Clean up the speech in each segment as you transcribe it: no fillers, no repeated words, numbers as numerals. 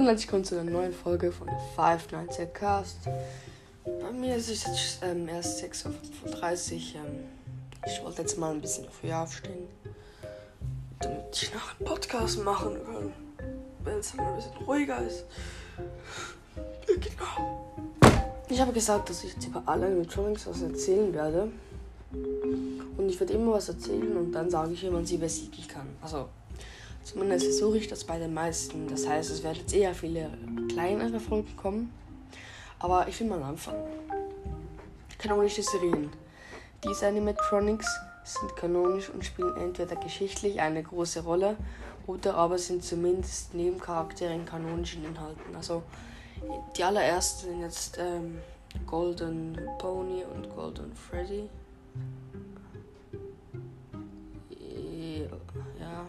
und herzlich willkommen zu einer neuen Folge von Five Nights at Cast. Bei mir ist es jetzt erst 6:35 Uhr. Ich wollte jetzt mal ein bisschen früher aufstehen, damit ich noch einen Podcast machen kann, weil es ein bisschen ruhiger ist. Ja, genau. Ich habe gesagt, dass ich jetzt über alle Animatronics was erzählen werde. Und ich werde immer was erzählen und dann sage ich, wie man sie besiegen kann. Also, zumindest versuche ich das bei den meisten. Das heißt, es werden jetzt eher viele kleinere Folgen kommen. Aber ich will mal anfangen. Kanonische Serien. Diese Animatronics sind kanonisch und spielen entweder geschichtlich eine große Rolle oder aber sind zumindest Nebencharaktere in kanonischen Inhalten. Also die allerersten sind jetzt Golden Pony und Golden Freddy. Ja.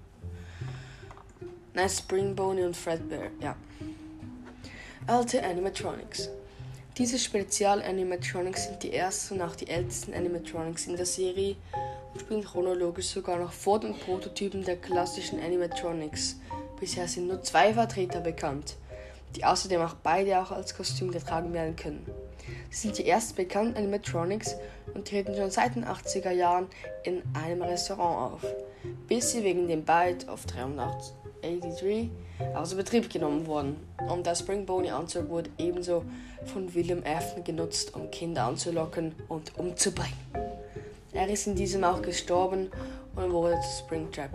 Nein, Spring Boney und Fredbear, ja. Alte Animatronics. Diese Spezial-Animatronics sind die ersten und auch die ältesten Animatronics in der Serie und spielen chronologisch sogar noch vor den Prototypen der klassischen Animatronics. Bisher sind nur 2 Vertreter bekannt, die außerdem beide als Kostüm getragen werden können. Sie sind die ersten bekannten Animatronics und treten schon seit den 80er Jahren in einem Restaurant auf, bis sie wegen dem Bite of 383 außer Betrieb genommen wurden. Und der Spring Boney Anzug wurde ebenso von William Afton genutzt, um Kinder anzulocken und umzubringen. Er ist in diesem auch gestorben und wurde zu Springtrap.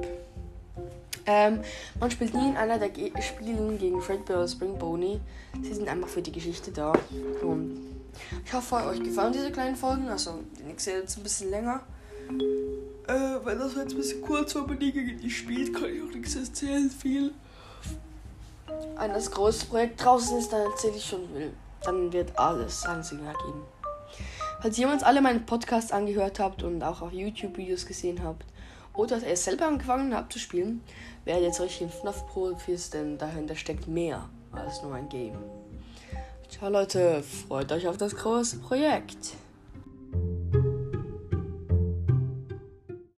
Man spielt nie in einer der Spielen gegen Fredbear oder Spring Boney. Sie sind einfach für die Geschichte da. Und ich hoffe, euch gefallen diese kleinen Folgen. Also, die nächste jetzt ein bisschen länger. Weil das war jetzt ein bisschen kurz, weil man nie gegen die spielt, kann ich auch nichts erzählen, viel. Wenn das große Projekt draußen ist, dann erzähle ich schon will. Dann wird alles ein Signal geben. Falls ihr jemals alle meinen Podcasts angehört habt und auch auf YouTube-Videos gesehen habt oder ihr selber angefangen habt zu spielen, werdet jetzt euch in FNAF Profis, denn dahinter steckt mehr als nur ein Game. Ciao Leute, freut euch auf das große Projekt.